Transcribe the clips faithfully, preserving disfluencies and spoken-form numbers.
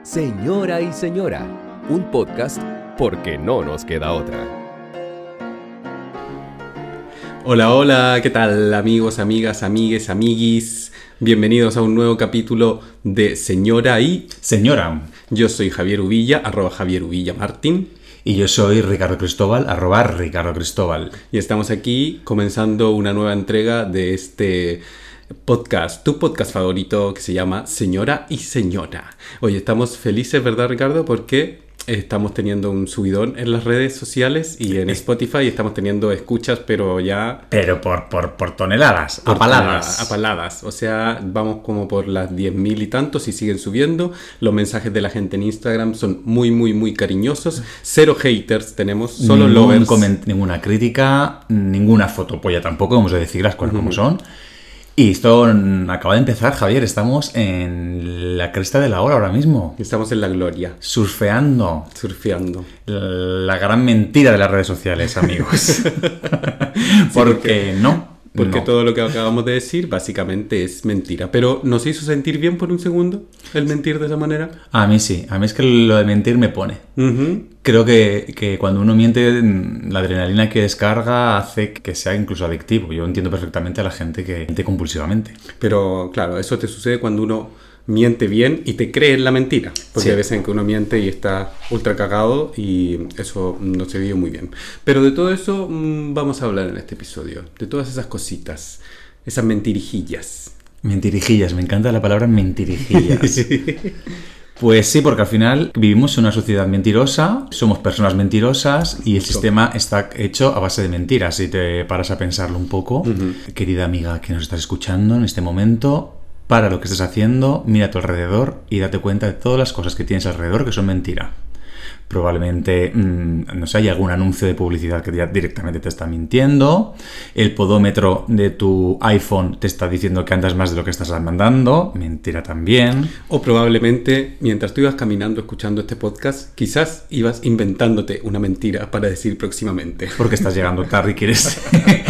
Señora y Señora, un podcast porque no nos queda otra. Hola, hola, ¿qué tal amigos, amigas, amigues, amiguis? Bienvenidos a un nuevo capítulo de Señora y Señora. Yo soy Javier Uvilla, arroba Javier Uvilla Martín. Y yo soy Ricardo Cristóbal, arroba Ricardo Cristóbal. Y estamos aquí comenzando una nueva entrega de este podcast, tu podcast favorito que se llama Señora y Señora. Oye, estamos felices, ¿verdad, Ricardo? Porque estamos teniendo un subidón en las redes sociales y en Spotify. Estamos teniendo escuchas, pero ya... Pero por, por, por toneladas, por apaladas. Toneladas, apaladas. O sea, vamos como por las diez mil y tantos y siguen subiendo. Los mensajes de la gente en Instagram son muy, muy, muy cariñosos. Cero haters tenemos, solo Ningún lovers. Coment- ninguna crítica, ninguna fotopolla tampoco, vamos a decir las cosas uh-huh. como son. Y esto acaba de empezar, Javier. Estamos en la cresta de la ola ahora mismo. Estamos en la gloria. Surfeando. Surfeando. La gran mentira de las redes sociales, amigos. porque, porque no. Porque no. todo lo que acabamos de decir básicamente es mentira. Pero ¿nos hizo sentir bien por un segundo el mentir de esa manera? A mí sí. A mí es que lo de mentir me pone. Uh-huh. Creo que, que cuando uno miente, la adrenalina que descarga hace que sea incluso adictivo. Yo entiendo perfectamente a la gente que miente compulsivamente. Pero claro, eso te sucede cuando uno miente bien y te cree en la mentira. Porque sí. Hay veces en que uno miente y está ultra cagado y eso no se vive muy bien. Pero de todo eso mmm, vamos a hablar en este episodio. De todas esas cositas, esas mentirijillas. Mentirijillas, me encanta la palabra mentirijillas. Pues sí, porque al final vivimos en una sociedad mentirosa, somos personas mentirosas y el Mucho. sistema está hecho a base de mentiras. Si te paras a pensarlo un poco, uh-huh. querida amiga que nos estás escuchando en este momento, para lo que estés haciendo, mira a tu alrededor y date cuenta de todas las cosas que tienes alrededor que son mentira. Probablemente, mmm, no sé, hay algún anuncio de publicidad que ya directamente te está mintiendo. El podómetro de tu iPhone te está diciendo que andas más de lo que estás mandando. Mentira también. O probablemente, mientras tú ibas caminando escuchando este podcast, quizás ibas inventándote una mentira para decir próximamente. Porque estás llegando tarde y quieres...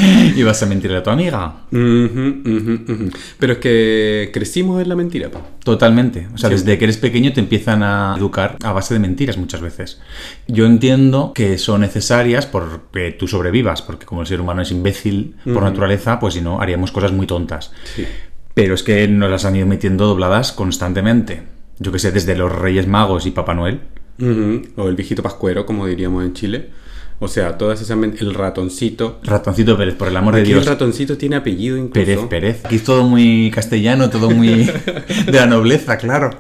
y vas a mentirle a tu amiga. Uh-huh, uh-huh, uh-huh. Pero es que crecimos en la mentira, pa. Totalmente. O sea, sí. Desde que eres pequeño te empiezan a educar a base de mentiras muchas veces. Yo entiendo que son necesarias porque tú sobrevivas, porque como el ser humano es imbécil por uh-huh. naturaleza, pues si no, haríamos cosas muy tontas. Sí. Pero es que nos las han ido metiendo dobladas constantemente. Yo que sé, desde los Reyes Magos y Papá Noel. Uh-huh. O el viejito pascuero, como diríamos en Chile. O sea, todas esas men- el ratoncito. Ratoncito Pérez, por el amor Aquí de Dios. El ratoncito tiene apellido incluso. Pérez, Pérez. Aquí es todo muy castellano, todo muy de la nobleza, claro.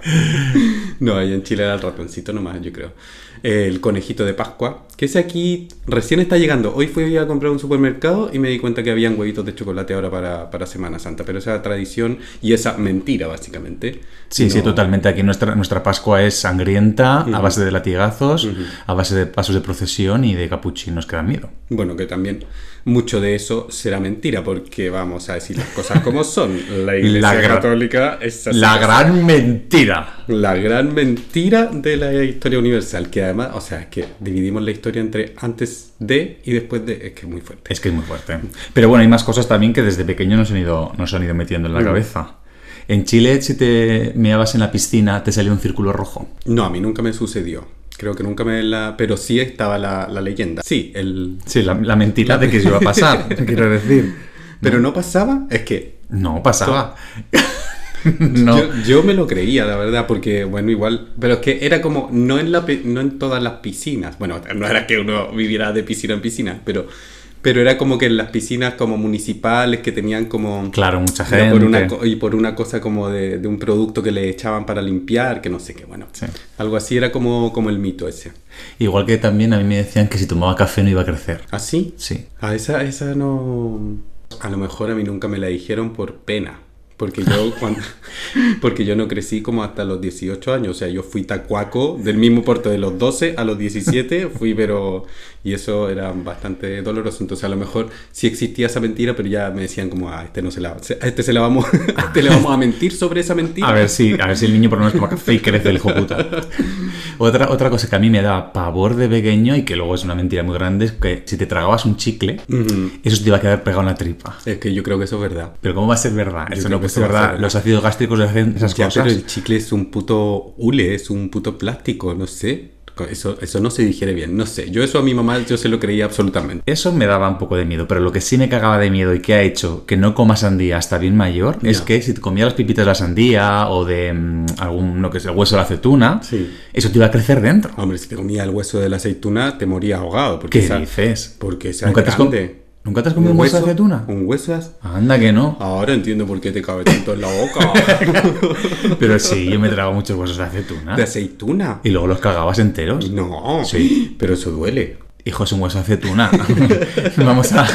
No, allá en Chile era el ratoncito nomás, yo creo. El conejito de Pascua, que ese aquí recién está llegando. Hoy fui a comprar un supermercado y me di cuenta que habían huevitos de chocolate ahora para, para Semana Santa. Pero esa tradición y esa mentira, básicamente. Sí, no... sí, totalmente. Aquí nuestra, nuestra Pascua es sangrienta, uh-huh. a base de latigazos, uh-huh. a base de pasos de procesión y de capuchinos que dan miedo. Bueno, que también mucho de eso será mentira, porque vamos a decir las cosas como son. La Iglesia la gra- Católica es así. La gran mentira. La gran mentira de la historia universal, que además, o sea, es que dividimos la historia entre antes de y después de, es que es muy fuerte. Es que es muy fuerte. Pero bueno, hay más cosas también que desde pequeño nos han ido, nos han ido metiendo en la mm. cabeza. En Chile, si te meabas en la piscina, ¿te salía un círculo rojo? No, a mí nunca me sucedió. Creo que nunca me la... Pero sí estaba la, la leyenda. Sí, el... Sí, la, la mentira la... de que eso iba a pasar, quiero decir. ¿Pero no, no pasaba? Es que... No pasaba. No. Yo, yo me lo creía, la verdad, porque, bueno, igual... Pero es que era como... No en, la, no en todas las piscinas. Bueno, no era que uno viviera de piscina en piscina, pero... Pero era como que en las piscinas como municipales que tenían como... Claro, mucha gente. Por una, y por una cosa como de, de un producto que le echaban para limpiar, que no sé qué, bueno. Sí. Algo así era como, como el mito ese. Igual que también a mí me decían que si tomaba café no iba a crecer. ¿Ah, sí? Sí. A esa, esa no... A lo mejor a mí nunca me la dijeron por pena. Porque yo, cuando, porque yo no crecí como hasta los dieciocho años. O sea, yo fui tacuaco del mismo porte de los doce a los diecisiete. Fui, pero... Y eso era bastante doloroso. Entonces, a lo mejor sí existía esa mentira, pero ya me decían como, ah, este no se la... A este se la vamos... A este le vamos a mentir sobre esa mentira. A ver si, a ver si el niño por lo menos toma café y crece el hijo puta. Otra, otra cosa que a mí me daba pavor de pequeño y que luego es una mentira muy grande es que si te tragabas un chicle, uh-huh. eso te iba a quedar pegado en la tripa. Es que yo creo que eso es verdad. Pero ¿cómo va a ser verdad? Yo eso no puede es verdad, los ácidos gástricos le hacen esas ya, cosas. Pero el chicle es un puto hule, es un puto plástico, no sé. Eso, eso no se digiere bien, no sé. Yo eso a mi mamá yo se lo creía absolutamente. Eso me daba un poco de miedo, pero lo que sí me cagaba de miedo y que ha hecho que no coma sandía hasta bien mayor Ya. es que si te comías las pipitas de la sandía o de mmm, algún, no que sé, el hueso de la aceituna, Sí. eso te iba a crecer dentro. Hombre, si te comía el hueso de la aceituna te morías ahogado. Porque ¿Qué esa, dices? Porque esa ¿Nunca es te, has com- grande. ¿Nunca te has comido un hueso de aceituna? Un hueso de... Anda que no. Ahora entiendo por qué te cabe tanto en la boca. Pero sí, yo me trago muchos huesos de aceituna. ¿De aceituna? Y luego los cagabas enteros. No. Sí. Pero eso duele. Hijo, es un hueso de aceituna. Vamos a,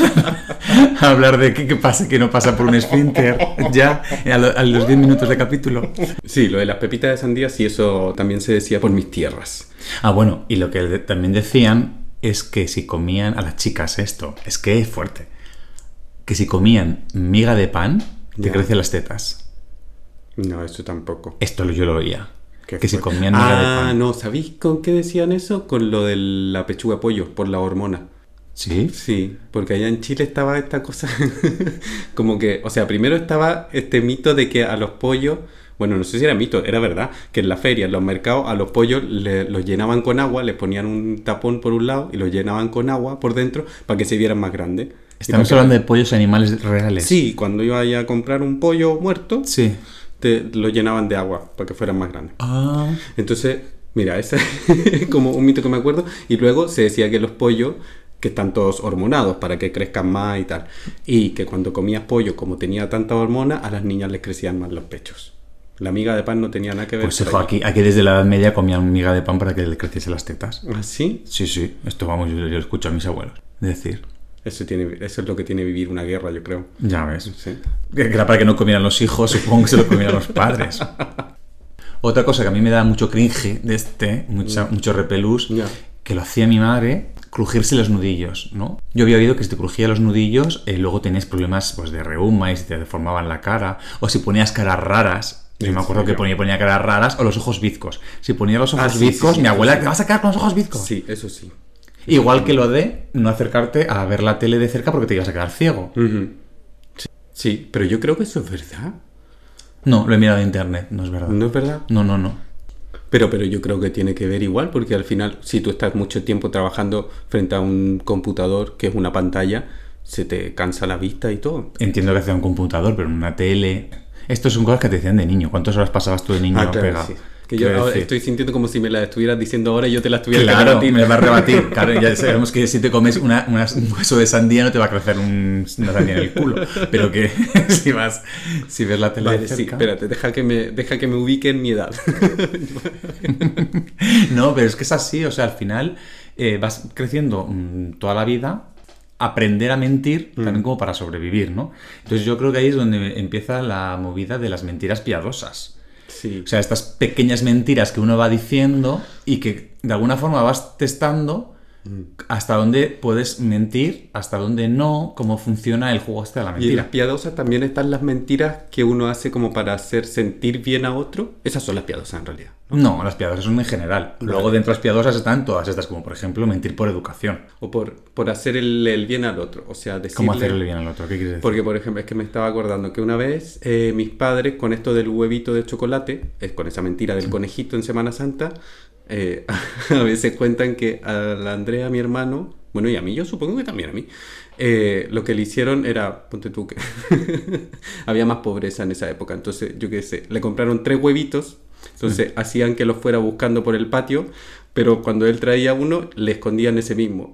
a hablar de qué, qué pasa, que no pasa por un esfínter ya a, lo- a los diez minutos de capítulo. Sí, lo de las pepitas de sandía, sí, eso también se decía por mis tierras. Ah, bueno, y lo que de- también decían es que si comían a las chicas esto, es que es fuerte, que si comían miga de pan, te Ya. crecen las tetas. No, eso tampoco. Esto lo- yo lo oía. Qué Que si fuerte. comían miga de Ah, pan. no, ¿sabéis con qué decían eso? Con lo de la pechuga de pollo, por la hormona. ¿Sí? Sí, porque allá en Chile estaba esta cosa, como que, o sea, primero estaba este mito de que a los pollos, bueno, no sé si era mito, era verdad, que en la feria, en los mercados, a los pollos le- los llenaban con agua, les ponían un tapón por un lado y los llenaban con agua por dentro para que se vieran más grandes. Y Estamos para que- hablando de pollos animales reales. Sí, cuando iba a, a comprar un pollo muerto, Sí. te, lo llenaban de agua para que fueran más grandes. Ah, Entonces, mira, ese es como un mito que me acuerdo. Y luego se decía que los pollos, que están todos hormonados para que crezcan más y tal. Y que cuando comías pollo, como tenía tanta hormona, a las niñas les crecían más los pechos. La miga de pan no tenía nada que ver. pues por hijo, ahí. aquí, aquí desde la Edad Media comían miga de pan para que le creciesen las tetas. ¿Ah, sí? Sí, sí, esto vamos, yo, yo lo escucho a mis abuelos decir. Eso, tiene, eso es lo que tiene vivir una guerra, yo creo. Ya ves. Sí. Que era para que no comieran los hijos, supongo que se lo comieran los padres. Otra cosa que a mí me da mucho cringe de este, mucha, mucho repelús, Ya. que lo hacía mi madre, crujirse los nudillos, ¿no? Yo había oído que si te crujía los nudillos, eh, luego tenías problemas pues, de reuma y se te deformaban la cara, o si ponías caras raras. Yo ¿En me acuerdo serio? que ponía, ponía caras raras o los ojos bizcos. Si ponía los ojos Ah, sí, bizcos, sí, sí, mi sí, abuela, sí. ¿te vas a quedar con los ojos bizcos? Sí, eso sí. Igual que lo de no acercarte a ver la tele de cerca porque te ibas a quedar ciego. Ujú. Sí. Sí, pero yo creo que eso es verdad. No, lo he mirado en internet, no es verdad. ¿No es verdad? No, no, no. Pero, pero yo creo que tiene que ver igual, porque al final, si tú estás mucho tiempo trabajando frente a un computador, que es una pantalla, se te cansa la vista y todo. Entiendo que hacía un computador, pero en una tele... Esto son cosas que te decían de niño. ¿Cuántas horas pasabas tú de niño Ah, claro, pegado? sí. Que yo Quiero ahora decir, estoy sintiendo como si me la estuvieras diciendo ahora y yo te la estuviera que Claro, rebatir. me va a rebatir. Claro, ya sabemos que si te comes una, una- un hueso de sandía no te va a crecer un, una sandía en el culo. Pero que si vas, si ves la tele Vale, de sí, cerca... espérate, deja que me, deja que me ubique en mi edad. No, pero es que es así. O sea, al final eh, vas creciendo mm, toda la vida, aprender a mentir también como para sobrevivir, ¿no? Entonces yo creo que ahí es donde empieza la movida de las mentiras piadosas. Sí. O sea, estas pequeñas mentiras que uno va diciendo y que de alguna forma vas testando hasta dónde puedes mentir, hasta dónde no, cómo funciona el juego este de la Y en mentira. las piadosas también están las mentiras que uno hace como para hacer sentir bien a otro. Esas son las piadosas en realidad. No, las piadosas son en general. Luego dentro de las piadosas están todas estas, como por ejemplo mentir por educación. O por, por hacer el, el bien al otro. O sea, decirle... ¿Cómo hacerle bien al otro? ¿Qué quieres decir? Porque, por ejemplo, es que me estaba acordando que una vez eh, mis padres, con esto del huevito de chocolate, es con esa mentira del conejito en Semana Santa, eh, a veces cuentan que a la Andrea, mi hermano, bueno, y a mí, yo supongo que también a mí, eh, lo que le hicieron era, ponte tú que había más pobreza en esa época, entonces, yo qué sé, le compraron tres huevitos, entonces hacían que los fuera buscando por el patio, pero cuando él traía uno, le escondían ese mismo.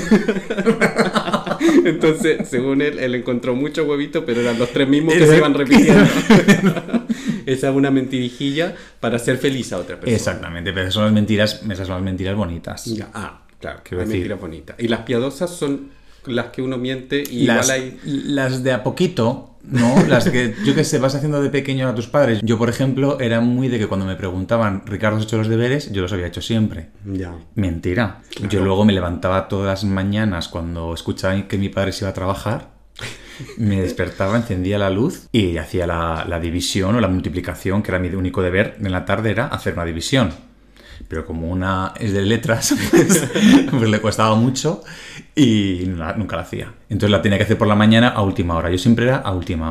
Entonces, según él, él encontró muchos huevitos, pero eran los tres mismos que se iban repitiendo. Esa es una mentirijilla para hacer feliz a otra persona. Exactamente, pero esas son las mentiras, esas son las mentiras bonitas. Ya, ah, claro, Quiero hay decir- mentiras bonitas. Y las piadosas son las que uno miente y las, igual hay... las de a poquito, ¿no? Las que, yo que sé, vas haciendo de pequeño a tus padres. Yo, por ejemplo, era muy de que cuando me preguntaban, Ricardo, ¿has hecho los deberes? Yo los había hecho siempre. Ya. Mentira. Claro. Yo luego me levantaba todas las mañanas cuando escuchaba que mi padre se iba a trabajar, me despertaba, encendía la luz y hacía la, la división o la multiplicación, que era mi único deber en la tarde, era hacer una división. Pero como una es de letras, pues, pues le costaba mucho y no la- nunca la hacía. Entonces la tenía que hacer por la mañana a última hora. Yo siempre era a última hora.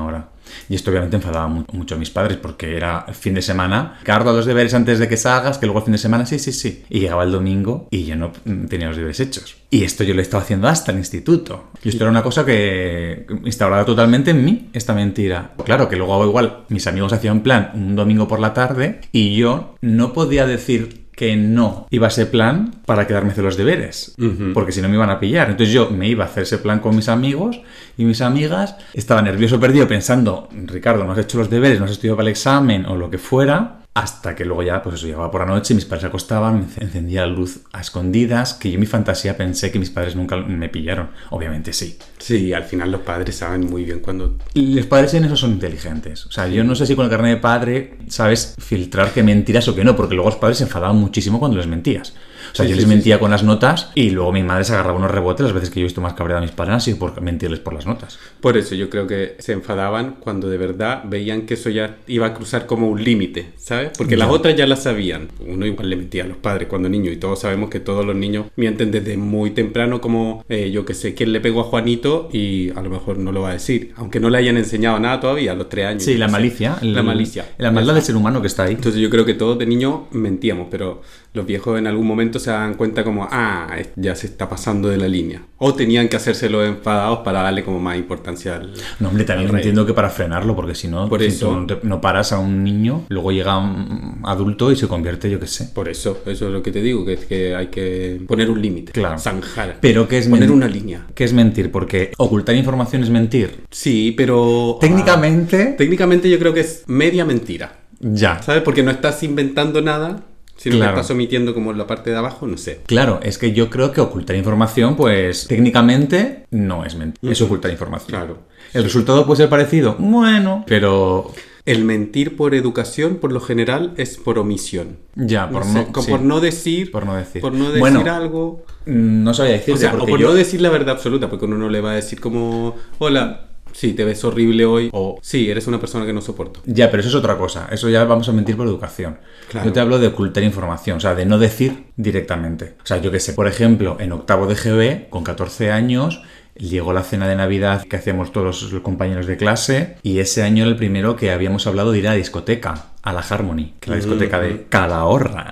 Y esto obviamente enfadaba mu- mucho a mis padres porque era el fin de semana. Ricardo, los deberes antes de que salgas, que luego el fin de semana, sí, sí, sí. Y llegaba el domingo y yo no mm, tenía los deberes hechos. Y esto yo lo he estado haciendo hasta el instituto. Y esto era una cosa que instauraba totalmente en mí, esta mentira. Claro, que luego igual mis amigos hacían plan un domingo por la tarde y yo no podía decir que no iba a ese plan para quedarme a hacer los deberes, uh-huh. porque si no me iban a pillar. Entonces yo me iba a hacer ese plan con mis amigos y mis amigas. Estaba nervioso, perdido, pensando, Ricardo, no has hecho los deberes, no has estudiado para el examen o lo que fuera. Hasta que luego ya, pues eso, llegaba por la noche, mis padres se acostaban, me encendía la luz a escondidas, que yo en mi fantasía pensé que mis padres nunca me pillaron. Obviamente sí. Sí, al final los padres saben muy bien cuando... Y los padres en eso son inteligentes. O sea, yo no sé si con el carnet de padre sabes filtrar qué mentiras o qué no, porque luego los padres se enfadaban muchísimo cuando les mentías. O sea, sí, yo sí, les mentía sí, sí. con las notas y luego mi madre se agarraba unos rebotes. Las veces que yo he visto más cabreada a mis padres han sido por mentirles por las notas. Por eso yo creo que se enfadaban cuando de verdad veían que eso ya iba a cruzar como un límite, ¿sabes? Porque Ya. las otras ya las sabían. Uno igual le mentía a los padres cuando niño y todos sabemos que todos los niños mienten desde muy temprano, como eh, yo que sé, quién le pegó a Juanito y a lo mejor no lo va a decir. Aunque no le hayan enseñado nada todavía a los tres años. Sí, la no sé. malicia. El, La malicia. La maldad del ser humano que está ahí. Entonces yo creo que todos de niños mentíamos, pero los viejos en algún momento se dan cuenta como, ah, ya se está pasando de la línea. O tenían que hacérselo enfadados para darle como más importancia al... No, hombre, también al rey. entiendo que para frenarlo, porque si no, Por si eso- tú no, te- no paras a un niño, luego llega un adulto y se convierte, yo qué sé. Por eso, eso es lo que te digo, que es que hay que poner un límite. Claro. Zanjar. Pero ¿qué es Poner men- una línea. ¿Qué es mentir? Porque ocultar información es mentir. Sí, pero... Técnicamente, ah, técnicamente yo creo que es media mentira. ya. ¿Sabes? Porque no estás inventando nada, sino Claro. que estás omitiendo como la parte de abajo, no sé. Claro, es que yo creo que ocultar información, pues técnicamente no es mentir, es ocultar información. Claro. ¿El resultado puede ser parecido? Bueno, pero El mentir por educación, por lo general, es por omisión. ya, por No no, sé, como sí, por no decir, por no decir. por no decir Bueno, algo. no sabía decirte O sea, o porque por yo... no decir la verdad absoluta, porque uno no le va a decir como, hola, sí, te ves horrible hoy, o sí, eres una persona que no soporto. Ya, pero eso es otra cosa. Eso ya vamos a mentir por educación. Claro. Yo te hablo de ocultar información, o sea, de no decir directamente. O sea, yo qué sé, por ejemplo, en octavo de G B, con catorce años, llegó la cena de Navidad que hacíamos todos los compañeros de clase y ese año era el primero que habíamos hablado de ir a la discoteca, a la Harmony, que es la discoteca de Calahorra.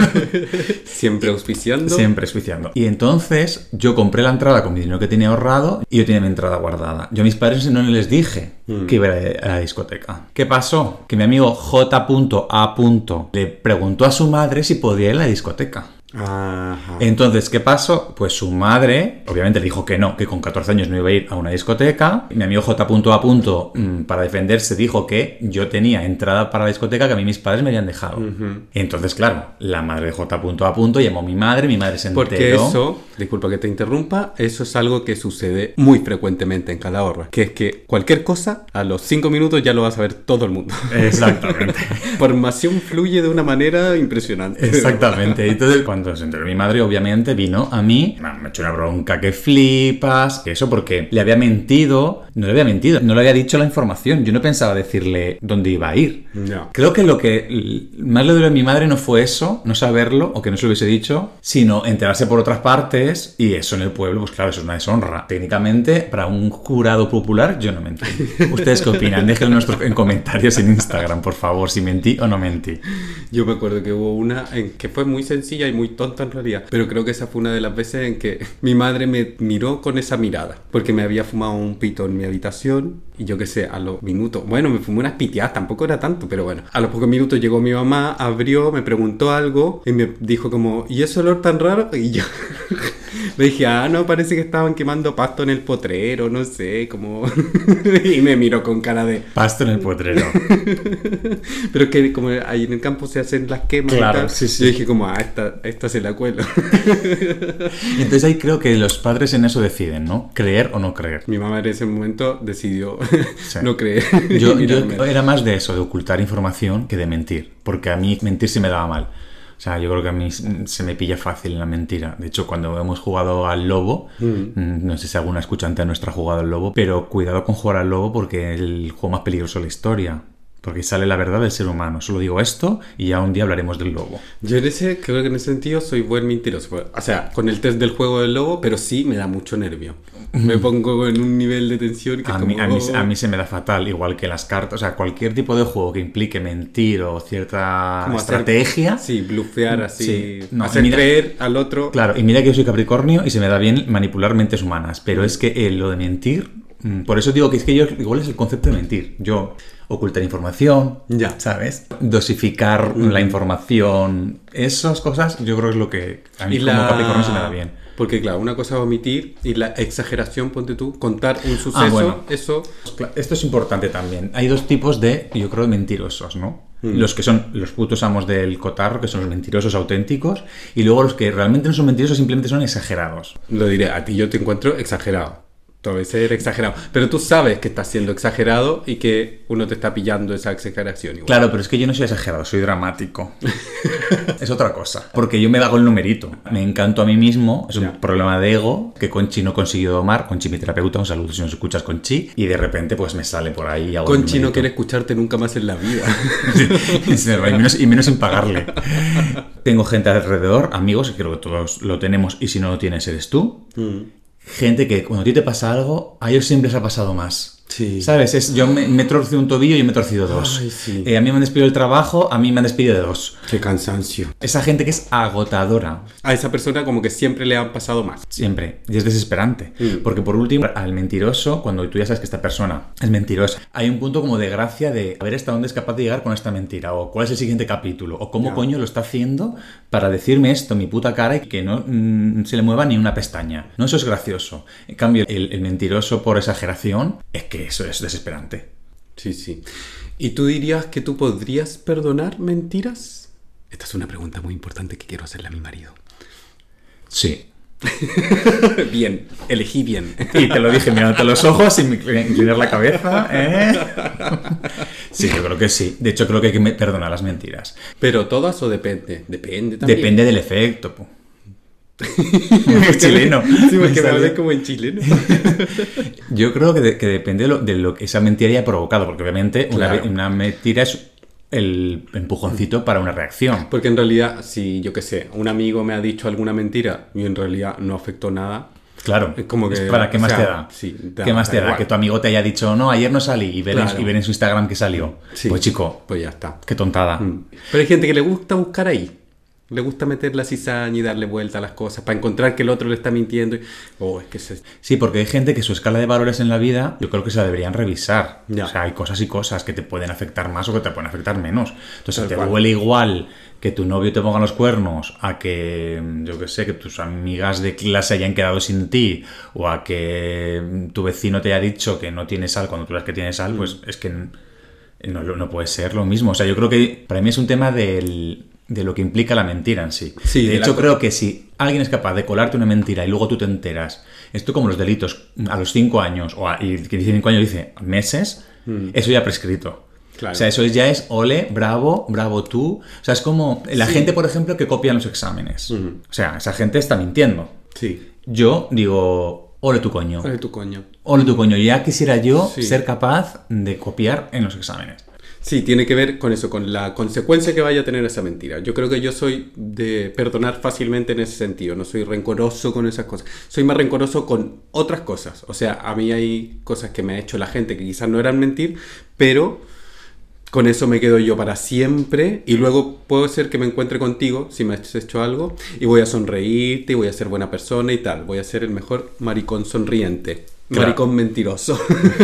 Siempre auspiciando. Siempre auspiciando. Y entonces yo compré la entrada con mi dinero que tenía ahorrado y yo tenía mi entrada guardada. Yo a mis padres no les dije Mm. que iba a ir a la discoteca. ¿Qué pasó? Que mi amigo J A le preguntó a su madre si podía ir a la discoteca. Ajá. Entonces, ¿qué pasó? Pues su madre, obviamente, le dijo que no, que con catorce años no iba a ir a una discoteca. Mi amigo J A, mm, para defenderse, dijo que yo tenía entrada para la discoteca que a mí mis padres me habían dejado. Ujú. Entonces, claro, la madre de J A llamó a mi madre, mi madre se enteró. Porque eso, disculpa que te interrumpa, eso es algo que sucede muy frecuentemente en Calahorra. Que es que cualquier cosa, a los cinco minutos ya lo va a saber todo el mundo. Exactamente. Información fluye de una manera impresionante. Exactamente. Entonces, cuando se enteró mi madre, obviamente vino a mí, me echó una bronca que flipas. Eso porque le había mentido, no le había mentido, no le había dicho la información. Yo no pensaba decirle dónde iba a ir. No. Creo que lo que más le dolió a mi madre no fue eso, no saberlo, o que no se lo hubiese dicho, sino enterarse por otras partes, y eso en el pueblo, pues claro, eso es una deshonra. Técnicamente, para un jurado popular, yo no mentí. ¿Ustedes qué opinan? Déjenlo en comentarios en Instagram, por favor, si mentí o no mentí. Yo me acuerdo que hubo una en que fue muy sencilla y muy tonta en realidad, pero creo que esa fue una de las veces en que mi madre me miró con esa mirada, porque me había fumado un pito en mi habitación y yo qué sé, a los minutos, bueno, me fumé unas piteadas, tampoco era tanto, pero bueno, a los pocos minutos llegó mi mamá, abrió, me preguntó algo y me dijo como, ¿y ese olor tan raro? Y yo le dije, ah, no, parece que estaban quemando pasto en el potrero, no sé, como... y me miró con cara de... Pasto en el potrero. Pero es que como ahí en el campo se hacen las quemas Claro, y tal, sí, sí. yo dije como, ah, esta, esta se la cuelo. Entonces ahí creo que los padres en eso deciden, ¿no? Creer o no creer. Mi mamá en ese momento decidió Sí. no creer. Yo, yo Mirarme. era más de eso, de ocultar información, que de mentir. Porque a mí mentir sí me daba mal. O sea, yo creo que a mí se me pilla fácil la mentira. De hecho, cuando hemos jugado al lobo, mm. no sé si alguna escuchante nuestra ha jugado al lobo, pero cuidado con jugar al lobo porque es el juego más peligroso de la historia. porque sale la verdad del ser humano. Solo digo esto y ya un día hablaremos del lobo. Yo en ese, creo que en ese sentido soy buen mentiroso. O sea, con el test del juego del lobo, pero sí me da mucho nervio. Me pongo en un nivel de tensión que a, es mí, como... a, mí, a mí se me da fatal, igual que las cartas. O sea, cualquier tipo de juego que implique mentir o cierta como estrategia. Hacer, sí, blufear así. Sí, no, hacer mira, creer al otro. Claro, y mira que yo soy Capricornio y se me da bien manipular mentes humanas. Pero mm. es que eh, lo de mentir... Por eso digo que es que yo igual es el concepto de mentir. Yo ocultar información, ya, ¿sabes? Dosificar mm. la información. Esas cosas yo creo que es lo que a mí y como la... Capricornio se me da bien. Porque claro, una cosa es omitir y la exageración, ponte tú, contar un suceso, ah, bueno. eso... Esto es importante también. Hay dos tipos de, yo creo, de mentirosos, ¿no? Mm. Los que son los putos amos del cotarro, que son los mentirosos auténticos, y luego los que realmente no son mentirosos, simplemente son exagerados. Lo diré, a ti yo te encuentro exagerado. Debe ser exagerado. Pero tú sabes que estás siendo exagerado y que uno te está pillando esa exageración. Igual. Claro, pero es que yo no soy exagerado, soy dramático. Es otra cosa. Porque yo me hago el numerito. Me encanto a mí mismo. Es un yeah. problema de ego que Conchi no consiguió domar. Conchi, mi terapeuta, un saludo si nos escuchas, Conchi. Y de repente pues me sale por ahí. Hago Conchi no quiere escucharte nunca más en la vida. y, menos, y menos sin pagarle. Tengo gente alrededor, amigos, que creo que todos lo tenemos. Y si no lo tienes, eres tú. Mm. Gente que cuando a ti te pasa algo, a ellos siempre les ha pasado más. Sí. ¿Sabes? Es, yo me, me he torcido un tobillo y me he torcido dos. Ay, sí. eh, a mí me han despedido del trabajo, a mí me han despedido de dos. Qué cansancio. Esa gente que es agotadora. A esa persona como que siempre le han pasado más. Siempre. Y es desesperante. Mm. Porque por último, al mentiroso, cuando tú ya sabes que esta persona es mentirosa, hay un punto como de gracia de a ver hasta dónde es capaz de llegar con esta mentira. O cuál es el siguiente capítulo. O cómo yeah. coño lo está haciendo para decirme esto en mi puta cara y que no mm, se le mueva ni una pestaña. No, eso es gracioso. En cambio, el, el mentiroso por exageración es que eso es desesperante. Sí, sí. ¿Y tú dirías que tú podrías perdonar mentiras? Esta es una pregunta muy importante que quiero hacerle a mi marido. Sí. Bien, elegí bien. Y te lo dije mirándote a los ojos sin inclinar la cabeza. ¿eh? Sí, yo creo que sí. De hecho, creo que hay que perdonar las mentiras. ¿Pero todas o depende? Depende también. Depende del efecto, po. Chileno. Sí, porque me hablé como en chileno. Yo creo que, de, que depende de lo, de lo que esa mentira haya provocado, porque obviamente claro. una, una mentira es el empujoncito para una reacción. Porque en realidad, si yo qué sé, un amigo me ha dicho alguna mentira y en realidad no afectó nada. Claro, es como que, es para qué más sea, te da. Sí, da ¿Qué más te da? igual. Que tu amigo te haya dicho, no, ayer no salí y ver, claro. en, y ver en su Instagram que salió. Sí. Pues chico, pues ya está. Qué tontada. Mm. Pero hay gente que le gusta buscar ahí. Le gusta meter la cizaña y darle vuelta a las cosas para encontrar que el otro le está mintiendo. Y... Oh, es que se... Sí, porque hay gente que su escala de valores en la vida yo creo que se la deberían revisar. Ya. O sea, hay cosas y cosas que te pueden afectar más o que te pueden afectar menos. Entonces, si te cual. duele igual que tu novio te ponga los cuernos a que, yo qué sé, que tus amigas de clase hayan quedado sin ti o a que tu vecino te haya dicho que no tiene sal cuando tú sabes que tienes sal, mm. pues es que no, no puede ser lo mismo. O sea, yo creo que para mí es un tema del... de lo que implica la mentira en sí. sí de de hecho, la... creo que si alguien es capaz de colarte una mentira y luego tú te enteras, esto como los delitos, a los cinco años, o a, y que dice cinco años, dice meses, mm. eso ya prescrito. Claro. O sea, eso ya es ole, bravo, bravo tú. O sea, es como la sí. gente, por ejemplo, que copia los exámenes. Mm. O sea, esa gente está mintiendo. Sí. Yo digo, ole tu coño. Ole tu coño. Ole tu coño. Ya quisiera yo sí. ser capaz de copiar en los exámenes. Sí, tiene que ver con eso, con la consecuencia que vaya a tener esa mentira. Yo creo que yo soy de perdonar fácilmente en ese sentido. No soy rencoroso con esas cosas. Soy más rencoroso con otras cosas. O sea, a mí hay cosas que me ha hecho la gente que quizás no eran mentir, pero con eso me quedo yo para siempre. Y luego puede ser que me encuentre contigo si me has hecho algo y voy a sonreírte y voy a ser buena persona y tal. Voy a ser el mejor maricón sonriente. Claro. Maricón mentiroso.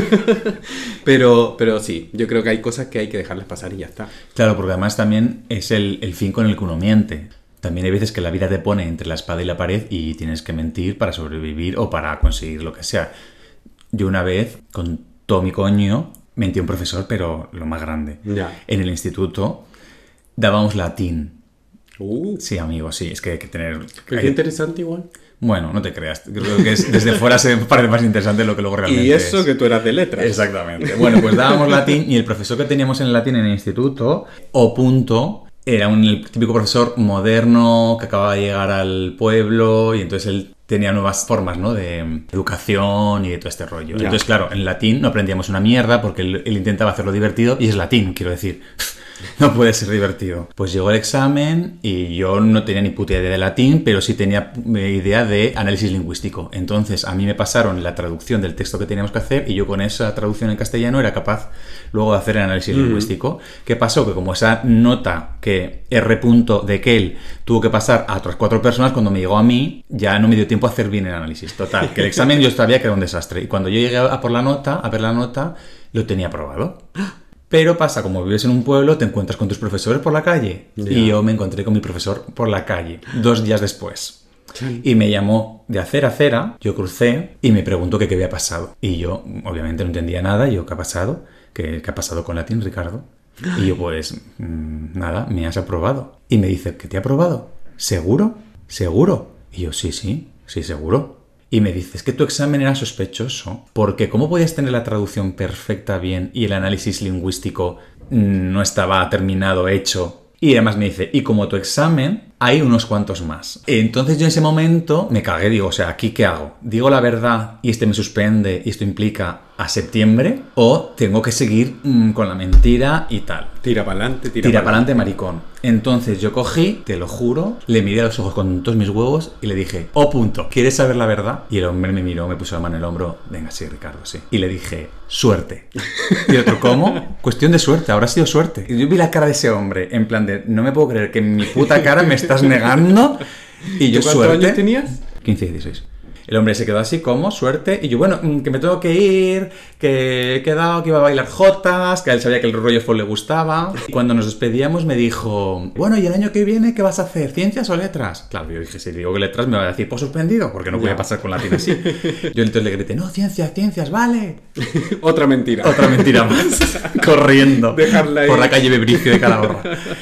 pero, pero sí, yo creo que hay cosas que hay que dejarlas pasar y ya está. Claro, porque además también es el, el fin con el que uno miente. También hay veces que la vida te pone entre la espada y la pared y tienes que mentir para sobrevivir o para conseguir lo que sea. Yo una vez, con todo mi coño, mentí a un profesor, pero lo más grande. Ya. En el instituto dábamos latín. Uh. Sí, amigo, sí, es que hay que tener... Qué hay... interesante igual. Bueno, no te creas. Creo que es, desde fuera se parece más interesante de lo que luego realmente es. Y eso es. Que tú eras de letras. Exactamente. Bueno, pues dábamos latín y el profesor que teníamos en el latín en el instituto, O punto, era un el típico profesor moderno que acababa de llegar al pueblo y entonces él tenía nuevas formas, ¿no? De educación y de todo este rollo. Ya. Entonces, claro, en latín no aprendíamos una mierda porque él, él intentaba hacerlo divertido y es latín, quiero decir. No puede ser divertido. Pues llegó el examen y yo no tenía ni puta idea de latín, pero sí tenía idea de análisis lingüístico. Entonces a mí me pasaron la traducción del texto que teníamos que hacer y yo con esa traducción en castellano era capaz luego de hacer el análisis mm. lingüístico. ¿Qué pasó? Que como esa nota que R. de Kell tuvo que pasar a otras cuatro personas, cuando me llegó a mí ya no me dio tiempo a hacer bien el análisis. Total, que el examen yo sabía que era un desastre. Y cuando yo llegué a por la nota, a ver la nota, lo tenía aprobado. Pero pasa, como vives en un pueblo, te encuentras con tus profesores por la calle. Yeah. Y yo me encontré con mi profesor por la calle, dos días después. Sí. Y me llamó de acera a acera, yo crucé y me preguntó que qué había pasado. Y yo, obviamente, no entendía nada. Y yo, ¿qué ha pasado? ¿Qué, qué ha pasado con latín, Ricardo? Y yo, pues, mmm, nada, me has aprobado. Y me dice, ¿qué te ha aprobado? ¿Seguro? ¿Seguro? Y yo, sí, sí, sí, seguro. Y me dices que tu examen era sospechoso, porque ¿cómo podías tener la traducción perfecta bien y el análisis lingüístico no estaba terminado, hecho? Y además me dice, y como tu examen, hay unos cuantos más. Entonces yo en ese momento me cagué, digo, o sea, ¿aquí qué hago? ¿Digo la verdad y este me suspende y esto implica a septiembre? ¿O tengo que seguir mmm, con la mentira y tal? Tira para adelante, tira, tira para adelante, maricón. Entonces yo cogí, te lo juro, le miré a los ojos con todos mis huevos y le dije, oh punto, ¿quieres saber la verdad? Y el hombre me miró, me puso la mano en el hombro, venga, sí, Ricardo, sí. Y le dije, suerte. Y otro, ¿cómo? Cuestión de suerte, habrá sido suerte. Y yo vi la cara de ese hombre, en plan de, no me puedo creer que en mi puta cara me estás negando. Y yo, ¿Tú suerte. ¿Cuántos años tenías? quince y dieciséis. El hombre se quedó así como, suerte, y yo, bueno, que me tengo que ir, que he quedado, que iba a bailar jotas, que a él sabía que el rollo folk le gustaba. Y cuando nos despedíamos me dijo, bueno, ¿y el año que viene qué vas a hacer? ¿Ciencias o letras? Claro, yo dije, si digo que letras me va a decir, pues suspendido, porque no puede pasar con latín así. Yo entonces le grité, no, ciencias, ciencias, vale. Otra mentira. Otra mentira más. Corriendo Dejarla por la calle Bebricio de Calahorra.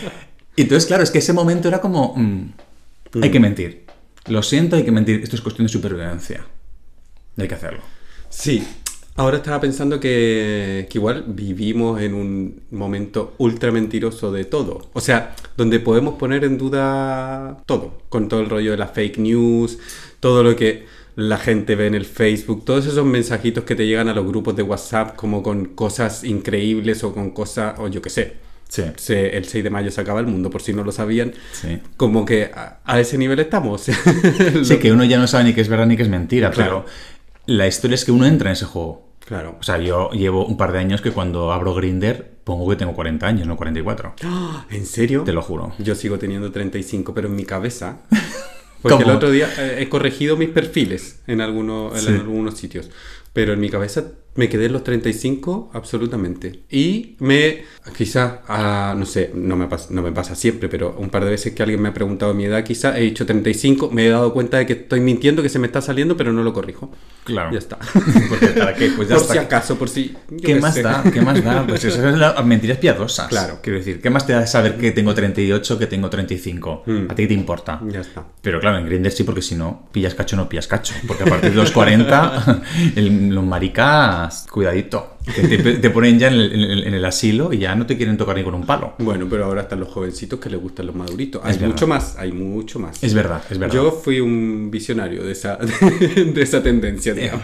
Y entonces, claro, es que ese momento era como, mmm, mm. hay que mentir. Lo siento, hay que mentir. Esto es cuestión de supervivencia. Hay que hacerlo. Sí. Ahora estaba pensando que, que igual vivimos en un momento ultra mentiroso de todo. O sea, donde podemos poner en duda todo. Con todo el rollo de las fake news, todo lo que la gente ve en el Facebook, todos esos mensajitos que te llegan a los grupos de WhatsApp como con cosas increíbles o con cosas, o yo qué sé. Sí. Se, el seis de mayo se acaba el mundo, por si no lo sabían. Sí. Como que a, a ese nivel estamos. Sí, que uno ya no sabe ni qué es verdad ni qué es mentira, claro. Pero la historia es que uno entra en ese juego. Claro. O sea, yo llevo un par de años que cuando abro Grindr pongo que tengo cuarenta años, no cuarenta y cuatro. ¿En serio? Te lo juro. Yo sigo teniendo treinta y cinco, pero en mi cabeza... Porque ¿Cómo? el otro día eh, he corregido mis perfiles en, algunos, en sí. algunos sitios. Pero en mi cabeza me quedé en los treinta y cinco absolutamente. Y me, quizás, uh, no sé, no me, pasa, no me pasa siempre, pero un par de veces que alguien me ha preguntado mi edad, quizás he dicho treinta y cinco, me he dado cuenta de que estoy mintiendo, que se me está saliendo, pero no lo corrijo. Claro. Ya está. Porque, ¿para qué? Pues ya por está. si acaso, por si... ¿Qué más sé. da? ¿Qué más da? Pues eso es la mentiras piadosas. Claro. Quiero decir, ¿qué más te da saber que tengo treinta y ocho, que tengo treinta y cinco? Mm. ¿A ti qué te importa? Ya está. Pero claro, en Grindr sí, porque si no, pillas cacho no pillas cacho. Porque a partir de los cuarenta, el, los maricas, cuidadito. Que te, te ponen ya en el, en, el, en el asilo y ya no te quieren tocar ni con un palo. Bueno, pero ahora están los jovencitos que les gustan los maduritos. Es hay verdad. mucho más, hay mucho más. Es verdad, es verdad. Yo fui un visionario de esa, de esa tendencia, digamos.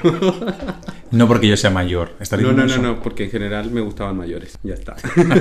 No porque yo sea mayor. No, no, no, no, porque en general me gustaban mayores. Ya está.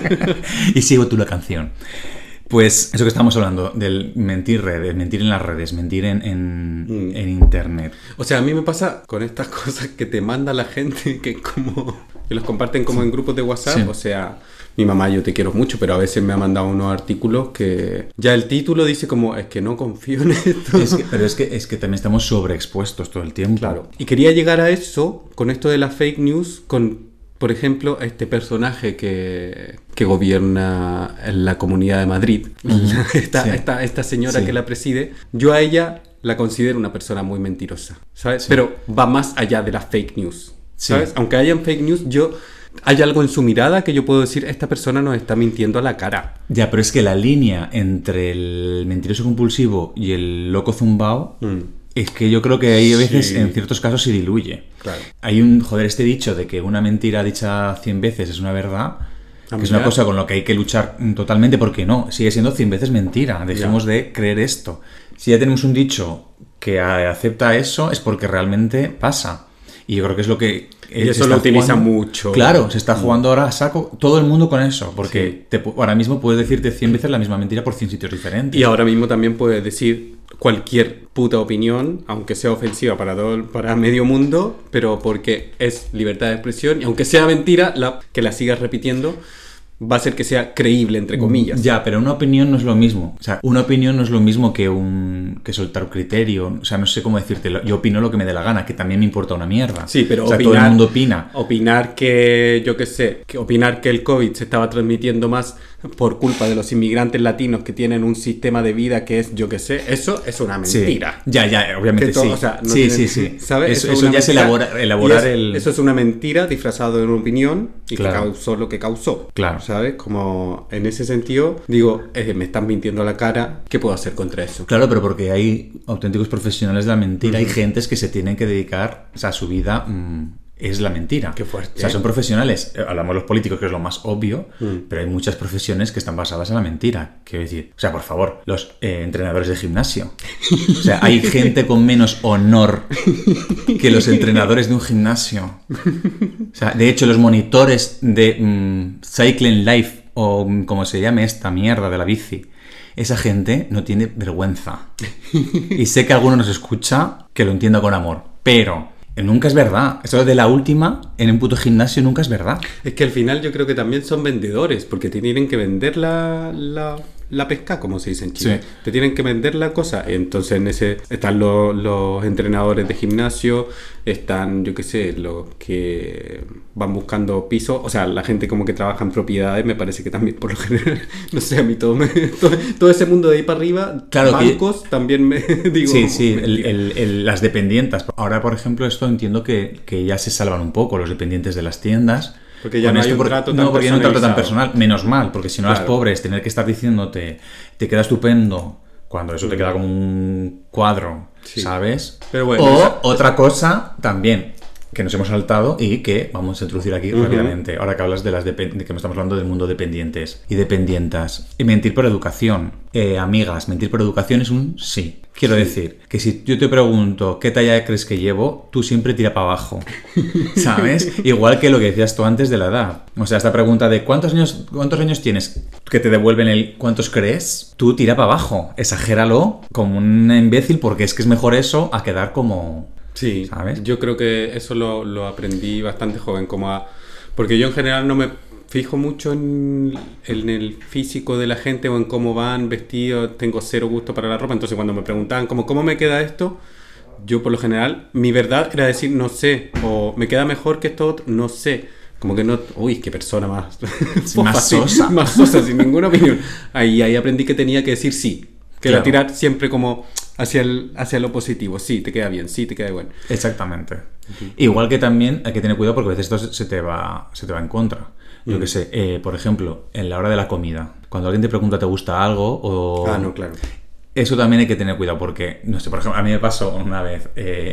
Y sigo tú la canción. Pues eso que estamos hablando, del mentir redes, mentir en las redes, mentir en, en, mm. en internet. O sea, a mí me pasa con estas cosas que te manda la gente, que como que los comparten como sí. en grupos de WhatsApp. Sí. O sea, mi mamá, yo te quiero mucho, pero a veces me ha mandado unos artículos que ya el título dice como, es que no confío en esto. Es que, pero es que, es que también estamos sobreexpuestos todo el tiempo. Claro. Y quería llegar a eso, con esto de las fake news, con... Por ejemplo, este personaje que, que gobierna en la Comunidad de Madrid, esta, sí. esta, esta señora sí. que la preside, yo a ella la considero una persona muy mentirosa, ¿sabes? Sí. Pero va más allá de las fake news, ¿sabes? Sí. Aunque hayan fake news, yo... Hay algo en su mirada que yo puedo decir, esta persona nos está mintiendo a la cara. Ya, pero es que la línea entre el mentiroso compulsivo y el loco zumbao... Mm. Es que yo creo que hay a veces, sí. en ciertos casos, se diluye. Claro. Hay un, joder, este dicho de que una mentira dicha cien veces es una verdad, que es una cosa con la que hay que luchar totalmente, porque no, sigue siendo cien veces mentira. Dejemos ya. de creer esto. Si ya tenemos un dicho que acepta eso es porque realmente pasa. Y yo creo que es lo que... Y eso lo utiliza jugando, mucho. Claro, se está jugando ahora a saco todo el mundo con eso, porque sí. te, ahora mismo puedes decirte cien veces la misma mentira por cien sitios diferentes. Y ahora mismo también puedes decir cualquier puta opinión, aunque sea ofensiva para todo, para medio mundo, pero porque es libertad de expresión, y aunque sea mentira, la, que la sigas repitiendo va a ser que sea creíble, entre comillas. Ya, pero una opinión no es lo mismo. O sea, una opinión no es lo mismo que un que soltar un criterio. O sea, no sé cómo decirte. Yo opino lo que me dé la gana, que también me importa una mierda. Sí, pero o sea, opinar, todo el mundo opina. Opinar que, yo qué sé, que opinar que el COVID se estaba transmitiendo más por culpa de los inmigrantes latinos que tienen un sistema de vida que es, yo qué sé, eso es una mentira. Sí. Ya, ya, obviamente todo, sí. O sea, no sí, tiene, sí, sí. ¿sabes? Eso, eso, eso ya es elaborar, elaborar es, el... Eso es una mentira disfrazado de una opinión y claro. que causó lo que causó. Claro. ¿Sabes? Como en ese sentido, digo, eh, me están mintiendo a la cara, ¿qué puedo hacer contra eso? Claro, pero porque hay auténticos profesionales de la mentira, uh-huh. hay gentes que se tienen que dedicar, o sea, su vida mmm, es la mentira. Qué fuerte. O sea, son profesionales, hablamos de los políticos, que es lo más obvio, uh-huh. pero hay muchas profesiones que están basadas en la mentira. Quiero decir, o sea, por favor, los eh, entrenadores de gimnasio. O sea, hay gente con menos honor que los entrenadores de un gimnasio. O sea, de hecho, los monitores de mmm, Cycling Life, o como se llame esta mierda de la bici, esa gente no tiene vergüenza. Y sé que alguno nos escucha que lo entienda con amor, pero nunca es verdad. Eso de la última en un puto gimnasio nunca es verdad. Es que al final yo creo que también son vendedores, porque te tienen que vender la, la, la pesca, como se dice en Chile. Sí. Te tienen que vender la cosa. Entonces en ese están los, los entrenadores de gimnasio, están, yo qué sé, los que van buscando pisos, o sea, la gente como que trabaja en propiedades, me parece que también por lo general, no sé, a mí todo, me, todo, todo ese mundo de ahí para arriba, claro, bancos, que, también me digo... Sí, sí, el, el, el, las dependientas. Ahora, por ejemplo, esto entiendo que, que ya se salvan un poco los dependientes de las tiendas. Porque ya no hay un por, trato tan no, porque no hay un trato tan personalizado. personal, menos mal, porque si no claro. las pobres, tener que estar diciéndote, te queda estupendo, cuando eso te queda como un cuadro, sí. ¿sabes? Pero bueno, o esa... otra cosa también que nos hemos saltado y que vamos a introducir aquí uh-huh. rápidamente, ahora que hablas de las dep- de que estamos hablando del mundo dependientes y dependientas. Y mentir por educación. Eh, amigas, mentir por educación es un sí. Quiero sí. decir que si yo te pregunto qué talla crees que llevo, tú siempre tira para abajo, ¿sabes? Igual que lo que decías tú antes de la edad. O sea, esta pregunta de ¿cuántos años, cuántos años tienes? Que te devuelven el ¿cuántos crees? Tú tira para abajo, exagéralo como un imbécil, porque es que es mejor eso a quedar como... Sí, ¿sabes? Yo creo que eso lo, lo aprendí bastante joven, como a, porque yo en general no me fijo mucho en, en el físico de la gente o en cómo van vestidos, tengo cero gusto para la ropa, entonces cuando me preguntaban como ¿cómo me queda esto? Yo por lo general, mi verdad era decir no sé, o me queda mejor que esto, no sé. Como que no... Uy, qué persona más... Sí, más sosa. Más sosa, sin ninguna opinión. Ahí, ahí aprendí que tenía que decir sí. Que claro. era tirar siempre como hacia, el, hacia lo positivo. Sí, te queda bien, sí, te queda bueno. Exactamente. Uh-huh. Igual que también hay que tener cuidado porque a veces esto se te va, se te va en contra. Yo uh-huh. qué sé, eh, por ejemplo, en la hora de la comida. Cuando alguien te pregunta ¿te gusta algo? O... Ah, no, claro. Eso también hay que tener cuidado porque, no sé, por ejemplo, a mí me pasó una vez... Eh...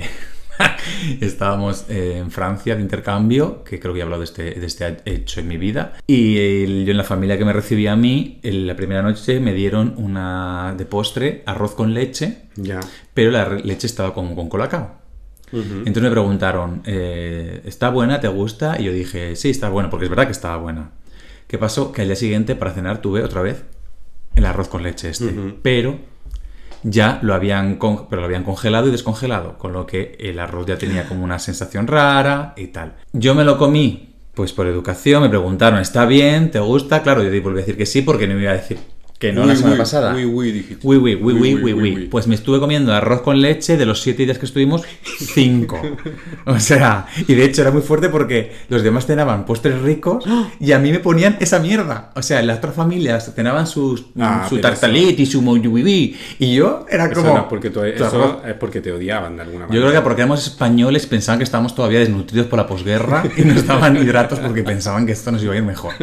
Estábamos eh, en Francia de intercambio, que creo que he hablado de este, de este hecho en mi vida, y el, yo en la familia que me recibía a mí, en la primera noche me dieron una de postre, arroz con leche, ya. pero la leche estaba con, con colacao. Uh-huh. Entonces me preguntaron, eh, ¿está buena? ¿Te gusta? Y yo dije, sí, está buena, porque es verdad que estaba buena. ¿Qué pasó? Que al día siguiente para cenar tuve otra vez el arroz con leche este, uh-huh. pero... ya lo habían, con... pero lo habían congelado y descongelado, con lo que el arroz ya tenía como una sensación rara y tal. Yo me lo comí, pues por educación, me preguntaron, ¿está bien? ¿Te gusta? Claro, yo volví a decir que sí, porque no me iba a decir que no uy, la semana uy, pasada. Uy, uy, dijiste. Uy, uy, uy, uy, uy, uy. Pues me estuve comiendo arroz con leche de los siete días que estuvimos, cinco. O sea, y de hecho era muy fuerte porque los demás cenaban postres ricos y a mí me ponían esa mierda. O sea, las otras familias cenaban sus, ah, su tartalet y su moyubibi y yo era eso como... No es porque tú, eso es porque te odiaban de alguna manera. Yo creo que porque éramos españoles pensaban que estábamos todavía desnutridos por la posguerra y nos daban hidratos porque pensaban que esto nos iba a ir mejor.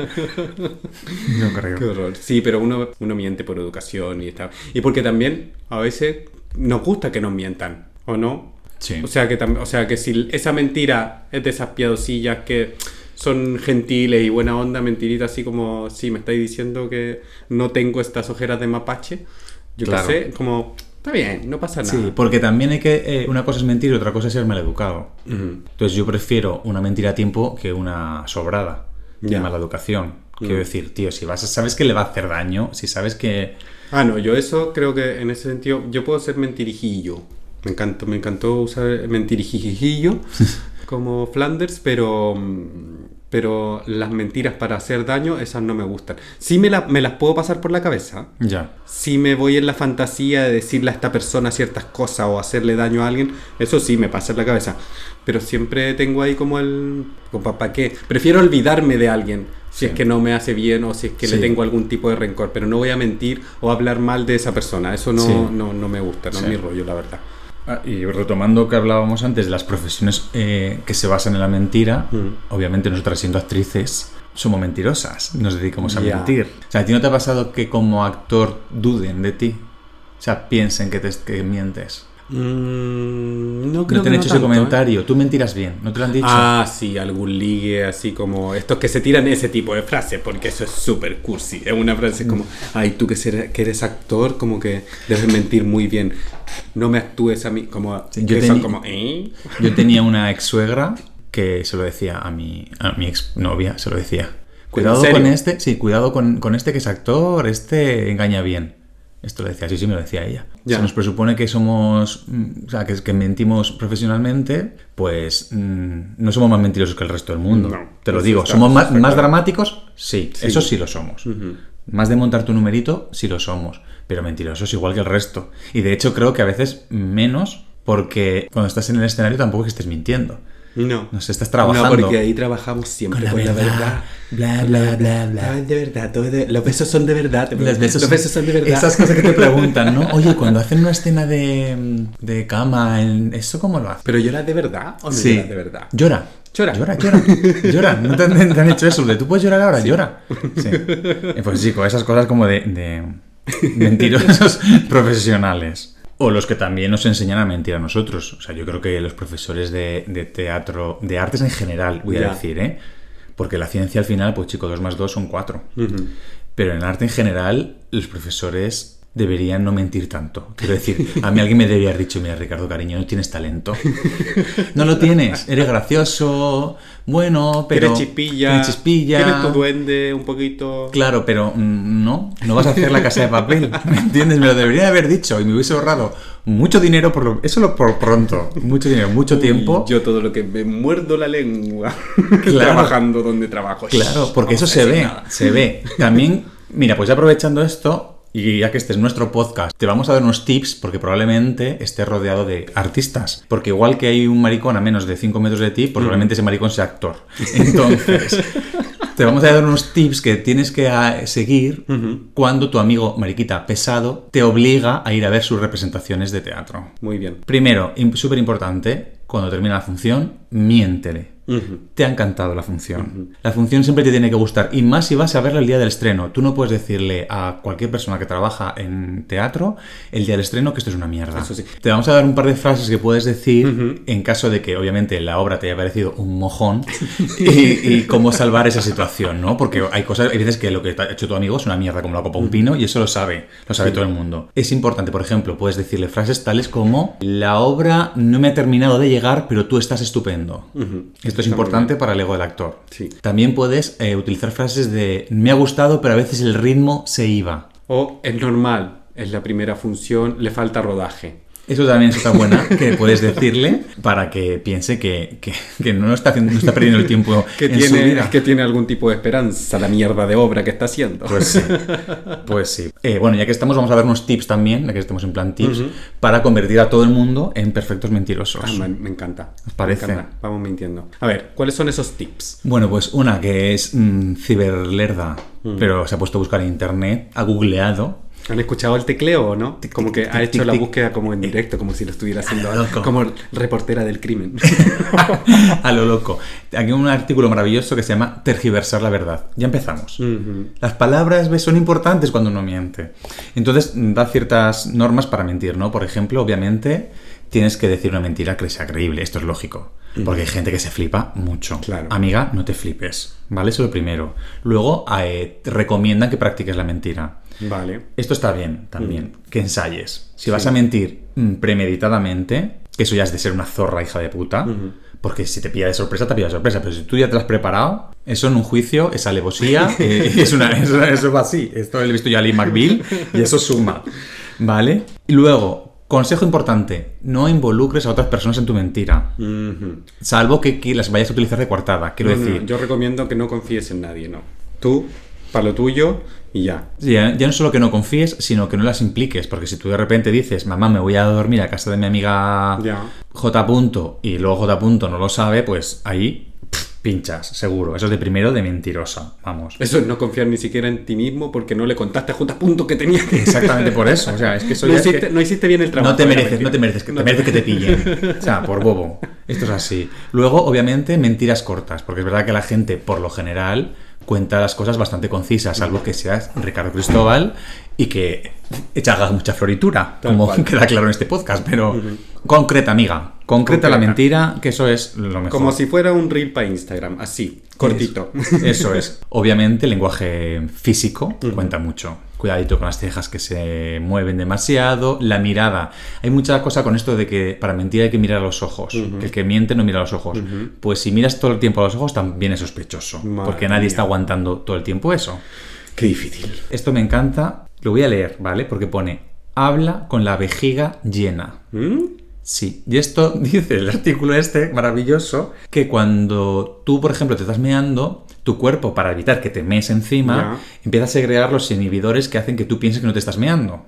Yo creo. Qué horror. Sí, pero uno, uno miente por educación y está. Y porque también a veces nos gusta que nos mientan, ¿o no? Sí. O sea que tam- o sea que si esa mentira es de esas piadosillas que son gentiles y buena onda, mentiritas así como, sí, me estáis diciendo que no tengo estas ojeras de mapache, yo claro. qué sé, como Está bien, no pasa nada. Sí, porque también hay que... Eh, una cosa es mentir y otra cosa es ser maleducado. Uh-huh. Entonces yo prefiero una mentira a tiempo que una sobrada de Ya. mala educación. Uh-huh. Quiero decir, tío, si vas a, sabes que le va a hacer daño, si sabes que... Ah, no, yo eso creo que en ese sentido, yo puedo ser mentirijillo. Me encantó, me encantó usar mentirijillo como Flanders, pero... pero las mentiras para hacer daño, esas no me gustan. Sí me, la, me las puedo pasar por la cabeza. Ya. Si me voy en la fantasía de decirle a esta persona ciertas cosas o hacerle daño a alguien, eso sí me pasa en la cabeza. Pero siempre tengo ahí como el... ¿Para qué? Prefiero olvidarme de alguien si Sí. es que no me hace bien o si es que Sí. le tengo algún tipo de rencor. Pero no voy a mentir o hablar mal de esa persona. Eso no, Sí. no, no me gusta, no Sí. es mi rollo, la verdad. Ah, y retomando que hablábamos antes de las profesiones eh, que se basan en la mentira, Mm. obviamente nosotras siendo actrices somos mentirosas, nos dedicamos a Ya. mentir. O sea, ¿a ti no te ha pasado que como actor duden de ti? O sea, piensen que, te, que mientes. Mm, no creo No te han que hecho no ese tanto, ¿eh? comentario, tú mentirás bien, ¿no te lo han dicho? Ah, sí, algún ligue así como estos que se tiran ese tipo de frases, porque eso es súper cursi. Es una frase como, ay, tú que, ser- que eres actor, como que debes mentir muy bien. No me actúes a mí, como Sí, yo que son teni- como, ¿eh? Yo tenía una ex suegra que se lo decía a mi, a mi ex novia, se lo decía. Cuidado serio? con este, sí, cuidado con, con este que es actor, este engaña bien. Esto lo decía, sí, sí, me lo decía ella. Ya. Se nos presupone que somos, mm, o sea, que, que mentimos profesionalmente, pues mm, no somos más mentirosos que el resto del mundo. No, Te lo eso digo, está- ¿somos eso más, está más claro. dramáticos? Sí, Sí. eso sí lo somos. Ujú. Más de montar tu numerito, sí lo somos. Pero mentirosos igual que el resto. Y de hecho creo que a veces menos, porque cuando estás en el escenario tampoco es que estés mintiendo. No. No sé, estás trabajando. No, porque ahí trabajamos siempre con la, verdad. Bla, bla, bla, bla. Ah, es de verdad, todo es de- los besos son de verdad. Los besos, Los besos son de verdad. Esas cosas que te preguntan, ¿no? Oye, cuando hacen una escena de, de cama, en- ¿eso cómo lo hacen? ¿Pero lloras de verdad o no Sí. lloras de verdad? Llora. Llora. Llora, llora. Llora. ¿No te han, te han hecho eso? De tú puedes llorar ahora, llora. Sí. Eh, Pues sí, con esas cosas como de, de mentirosos profesionales. O los que también nos enseñan a mentir a nosotros. O sea, yo creo que los profesores de, de teatro, de artes en general, voy a Ya. decir, ¿eh? Porque la ciencia al final, pues chicos, dos más dos son cuatro. Ujú. Pero en arte en general, los profesores deberían no mentir tanto. Quiero decer, a mí alguien me debería haber dicho, mira, Ricardo, cariño, no tienes talento. No lo tienes. Eres gracioso, bueno, pero... Tienes chispilla. Tienes chispilla. Tienes tu duende un poquito... Claro, pero mm, no, no vas a hacer la Casa de Papel, ¿me entiendes? Me lo debería haber dicho y me hubiese ahorrado mucho dinero, por lo, eso lo por pronto, mucho dinero, mucho tiempo. Y yo todo lo que me muerdo la lengua Claro. trabajando donde trabajo. Claro, porque No eso sé se si ve, nada. se ve. También, mira, pues ya aprovechando esto, y ya que este es nuestro podcast, te vamos a dar unos tips porque probablemente estés rodeado de artistas. Porque igual que hay un maricón a menos de cinco metros de ti, pues probablemente ese maricón sea actor. Entonces, te vamos a dar unos tips que tienes que ah, seguir Ujú. cuando tu amigo mariquita pesado te obliga a ir a ver sus representaciones de teatro. Muy bien. Primero, súper importante, cuando termina la función, miéntele. Ujú. Te ha encantado la función. La función siempre te tiene que gustar. Y más si vas a verla el día del estreno. Tú no puedes decirle a cualquier persona que trabaja en teatro el día del estreno que esto es una mierda. Eso sí. Te vamos a dar un par de frases que puedes decir Ujú. en caso de que, obviamente, la obra te haya parecido un mojón y, y cómo salvar esa situación, ¿no? Porque hay cosas, hay veces que lo que te ha hecho tu amigo es una mierda, como la copa un pino, y eso lo sabe, lo sabe Sí. todo el mundo. Es importante, por ejemplo, puedes decirle frases tales como: la obra no me ha terminado de llegar, pero tú estás estupendo. Ujú. Esto es Está muy importante bien. para el ego del actor. Sí. También puedes eh, utilizar frases de me ha gustado, pero a veces el ritmo se iba. O es normal, es la primera función, le falta rodaje. Eso también es otra buena que puedes decirle para que piense que, que, que no, está haciendo, no está perdiendo el tiempo Que en su tiene, vida. que tiene algún tipo de esperanza la mierda de obra que está haciendo. Pues sí. Pues sí. Eh, bueno, ya que estamos, vamos a ver unos tips también, ya que estemos en plan tips, Ujú. para convertir a todo el mundo en perfectos mentirosos. Ah, me, me encanta. ¿Os parece? Me encanta. Vamos mintiendo. A ver, ¿cuáles son esos tips? Bueno, pues una que es mm, ciberlerda, Mm. pero se ha puesto a buscar en internet, ha googleado. ¿Han escuchado el tecleo o no? Tic, Como que tic, ha tic, hecho tic, la tic. búsqueda como en directo, como si lo estuviera haciendo A lo loco. como reportera del crimen. A lo loco. Aquí hay un artículo maravilloso que se llama Tergiversar la verdad. Ya empezamos. Ujú. Las palabras ¿ves? Son importantes cuando uno miente. Entonces da ciertas normas para mentir, ¿no? Por ejemplo, obviamente tienes que decir una mentira que sea creíble. Esto es lógico. Porque hay gente que se flipa mucho. Claro. Amiga, no te flipes. ¿Vale? Eso es lo primero. Luego eh, te recomiendan que practiques la mentira. Vale. Esto está bien también, mm. que ensayes. Si vas sí. a mentir mm, premeditadamente, que eso ya es de ser una zorra hija de puta, uh-huh. porque si te pilla de sorpresa, te pilla de sorpresa, pero si tú ya te lo has preparado, eso en un juicio es alevosía, eh, es una, eso, eso va así. Esto lo he visto yo a Lee McBeal y eso suma, ¿vale? Y luego, consejo importante, no involucres a otras personas en tu mentira, uh-huh. salvo que, que las vayas a utilizar de coartada, quiero no, decir. No, yo recomiendo que no confíes en nadie, no. Tú, para lo tuyo y ya. ya. Ya no solo que no confíes, sino que no las impliques, porque si tú de repente dices, mamá, me voy a dormir a casa de mi amiga ya. J. y luego J. no lo sabe, pues ahí pff, pinchas, seguro. Eso es de primero de mentirosa, vamos. Eso es no confiar ni siquiera en ti mismo porque no le contaste a J. que tenía que... Exactamente por eso, o sea, es que eso no, ya hiciste, es que... no hiciste bien el trabajo. No te mereces, no te mereces, que, no te mereces que te pillen, o sea, por bobo. Esto es así. Luego, obviamente, mentiras cortas, porque es verdad que la gente, por lo general, cuenta las cosas bastante concisas, salvo que seas Ricardo Cristóbal y que hagas mucha floritura, Tal como cual. Queda claro en este podcast, pero uh-huh. concreta, amiga, concreta, concreta la mentira, que eso es lo mejor. Como si fuera un reel para Instagram, así, cortito. Eso, eso es. Obviamente el lenguaje físico uh-huh. cuenta mucho. Cuidadito con las cejas que se mueven demasiado, la mirada. Hay mucha cosa con esto de que para mentir hay que mirar a los ojos. Uh-huh. Que el que miente no mira a los ojos. Uh-huh. Pues si miras todo el tiempo a los ojos también es sospechoso. Madre porque nadie mía. Está aguantando todo el tiempo eso. Qué difícil. Esto me encanta. Lo voy a leer, ¿vale? Porque pone, habla con la vejiga llena. ¿Mm? Sí. Y esto dice el artículo este, maravilloso, que cuando tú, por ejemplo, te estás meando, tu cuerpo, para evitar que te mees encima, ya. empieza a segregar los inhibidores que hacen que tú pienses que no te estás meando.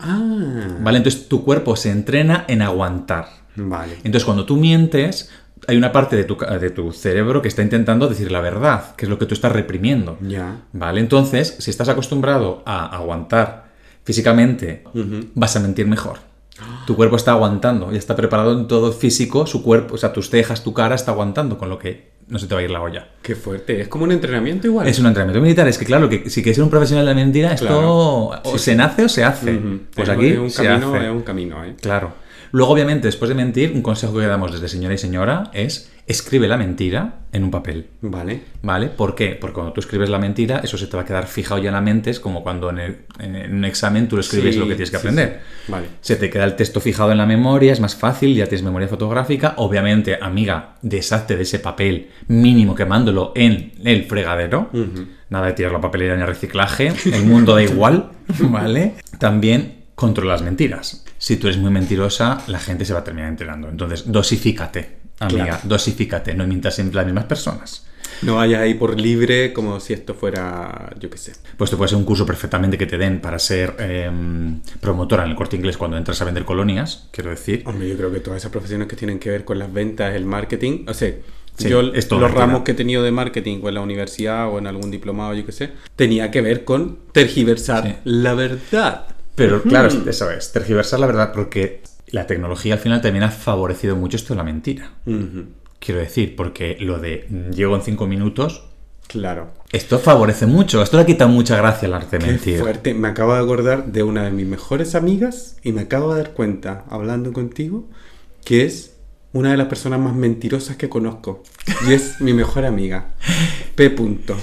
Ah. ¿Vale? Entonces tu cuerpo se entrena en aguantar. Vale. Entonces cuando tú mientes, hay una parte de tu, de tu cerebro que está intentando decir la verdad, que es lo que tú estás reprimiendo. Ya. ¿Vale? Entonces, si estás acostumbrado a aguantar físicamente, uh-huh. vas a mentir mejor. Tu cuerpo está aguantando, ya está preparado en todo físico, su cuerpo, o sea, tus cejas, tu cara está aguantando, con lo que no se te va a ir la olla. Qué fuerte, es como un entrenamiento igual. Es un entrenamiento militar, es que claro, que si quieres ser un profesional de la mentira, esto claro. o sí, se sí. nace o se hace. Uh-huh. Pues es, aquí es un se camino, hace. Es un camino, ¿eh? Claro. Luego, obviamente, después de mentir, un consejo que damos desde señora y señora es escribe la mentira en un papel. Vale. ¿Vale? ¿Por qué? Porque cuando tú escribes la mentira, eso se te va a quedar fijado ya en la mente, es como cuando en, el, en un examen tú lo escribes sí, lo que tienes que sí, aprender. Sí. Vale. Se te queda el texto fijado en la memoria, es más fácil, ya tienes memoria fotográfica. Obviamente, amiga, deshazte de ese papel mínimo quemándolo en el fregadero. Uh-huh. Nada de tirar la papelera en el reciclaje. El mundo da igual, ¿vale? También controla las mentiras. Si tú eres muy mentirosa, la gente se va a terminar enterando. Entonces, dosifícate, amiga, claro. dosifícate. No mientas siempre las mismas personas. No vayas ahí por libre como si esto fuera, yo qué sé. Pues te puede ser un curso perfectamente que te den para ser eh, promotora en el Corte Inglés cuando entras a vender colonias, quiero decir. Hombre, yo creo que todas esas profesiones que tienen que ver con las ventas, el marketing, o sea, sí, yo los ramos que he tenido de marketing o en la universidad o en algún diplomado, yo qué sé, tenía que ver con tergiversar sí. la verdad. Pero claro, eso es, tergiversar la verdad, porque la tecnología al final también ha favorecido mucho esto de la mentira. Uh-huh. Quiero decir, porque lo de llego en cinco minutos... Claro. Esto favorece mucho, esto le ha quitado mucha gracia al arte de Qué mentir. Fuerte. Me acabo de acordar de una de mis mejores amigas y me acabo de dar cuenta, hablando contigo, que es una de las personas más mentirosas que conozco. Y es mi mejor amiga. P. Punto.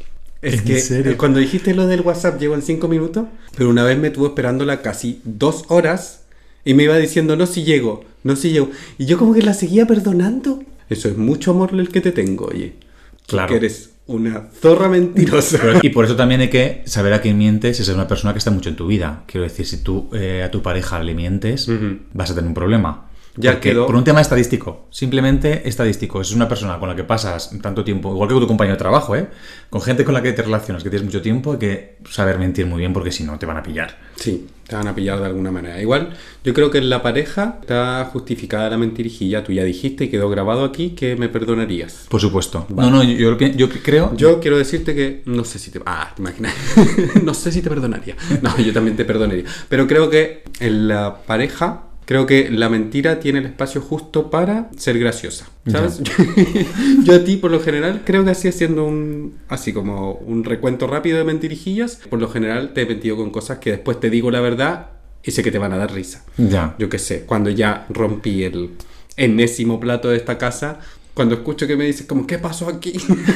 Es que serio? Cuando dijiste lo del WhatsApp llegó en cinco minutos, pero una vez me tuvo esperándola casi dos horas y me iba diciendo, no, si llego, no, si llego. Y yo como que la seguía perdonando. Eso es mucho amor el que te tengo, oye. Claro. Que eres una zorra mentirosa. Pero, y por eso también hay que saber a quién mientes si es una persona que está mucho en tu vida. Quiero decir, si tú eh, a tu pareja le mientes, uh-huh. vas a tener un problema. Ya Porque, quedó... Por un tema estadístico, simplemente estadístico. Es una persona con la que pasas tanto tiempo, igual que con tu compañero de trabajo, ¿eh? Con gente con la que te relacionas, que tienes mucho tiempo, hay que saber mentir muy bien porque si no te van a pillar. Sí, te van a pillar de alguna manera. Igual, yo creo que en la pareja está justificada la mentirijilla. Tú ya dijiste y quedó grabado aquí que me perdonarías. Por supuesto. Vale. No, no, yo, yo, yo creo... Yo quiero decirte que no sé si te... Ah, te imaginas. No sé si te perdonaría. No, yo también te perdonaría. Pero creo que en la pareja... Creo que la mentira tiene el espacio justo para ser graciosa, ¿sabes? Yo, yo a ti, por lo general, creo que así haciendo un... Así como un recuento rápido de mentirijillas, por lo general te he mentido con cosas que después te digo la verdad y sé que te van a dar risa. Ya. Yo qué sé, cuando ya rompí el enésimo plato de esta casa... cuando escucho que me dices como, ¿qué pasó aquí?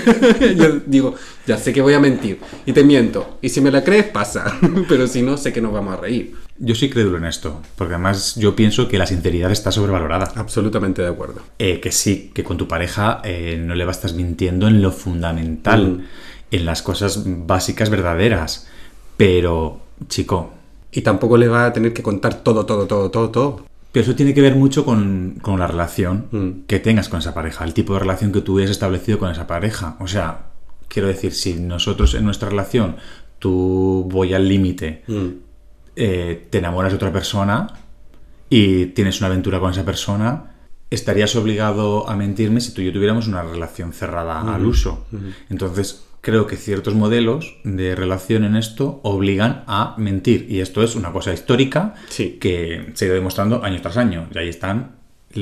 Yo digo, ya sé que voy a mentir. Y te miento. Y si me la crees, pasa. Pero si no, sé que nos vamos a reír. Yo soy crédulo en esto, porque además yo pienso que la sinceridad está sobrevalorada. Absolutamente de acuerdo. Eh, que sí, que con tu pareja eh, no le vas a estar mintiendo en lo fundamental, mm. en las cosas básicas verdaderas. Pero, chico... Y tampoco le vas a tener que contar todo, todo, todo, todo, todo. Pero eso tiene que ver mucho con, con la relación mm. que tengas con esa pareja, el tipo de relación que tú hayas establecido con esa pareja. O sea, quiero decir, si nosotros en nuestra relación, tú voy al límite... Mm. Eh, te enamoras de otra persona y tienes una aventura con esa persona, estarías obligado a mentirme si tú y yo tuviéramos una relación cerrada uh-huh. al uso. Uh-huh. Entonces, creo que ciertos modelos de relación en esto obligan a mentir. Y esto es una cosa histórica sí. que se ha ido demostrando año tras año. Y ahí están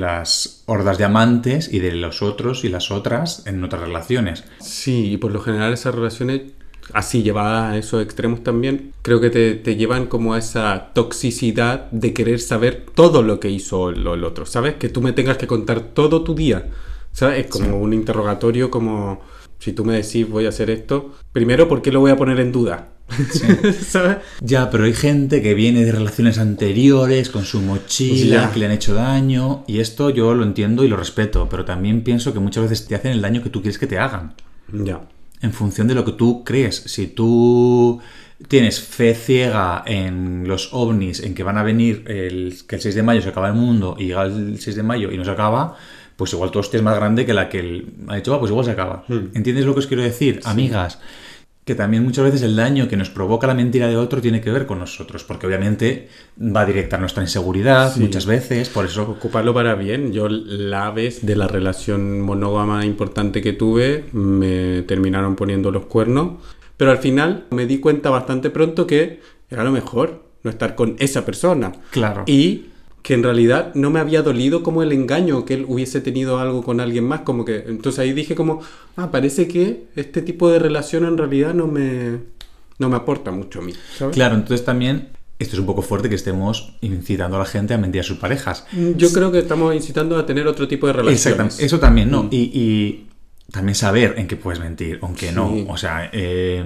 las hordas de amantes y de los otros y las otras en otras relaciones. Sí, y por lo general esas relaciones... así llevadas a esos extremos también, creo que te, te llevan como a esa toxicidad de querer saber todo lo que hizo el, el otro, ¿sabes? Que tú me tengas que contar todo tu día, ¿sabes? Es como sí. un interrogatorio, como si tú me decís voy a hacer esto, primero, ¿por qué lo voy a poner en duda? Sí. ¿Sabes? Ya, pero hay gente que viene de relaciones anteriores con su mochila, ya. que le han hecho daño, y esto yo lo entiendo y lo respeto, pero también pienso que muchas veces te hacen el daño que tú quieres que te hagan. Ya. En función de lo que tú crees. Si tú tienes fe ciega en los ovnis, en que van a venir, el, que el seis de mayo se acaba el mundo y llega el seis de mayo y no se acaba, pues igual tu hostia es más grande que la que él ha dicho, va, pues igual se acaba. Hmm. ¿Entiendes lo que os quiero decir? Sí. Amigas, que también muchas veces el daño que nos provoca la mentira de otro tiene que ver con nosotros, porque obviamente va a directar nuestra inseguridad sí. muchas veces, por eso... Ocuparlo para bien. Yo la vez de la relación monógama importante que tuve, me terminaron poniendo los cuernos, pero al final me di cuenta bastante pronto que era lo mejor no estar con esa persona. Claro. Y que en realidad no me había dolido como el engaño, que él hubiese tenido algo con alguien más, como que... Entonces ahí dije como, ah, parece que este tipo de relación en realidad no me, no me aporta mucho a mí, ¿sabes? Claro, entonces también esto es un poco fuerte que estemos incitando a la gente a mentir a sus parejas. Yo creo que estamos incitando a tener otro tipo de relaciones. Exactamente, eso también, ¿no? Mm. Y, y también saber en qué puedes mentir, aunque sí. no. O sea, eh,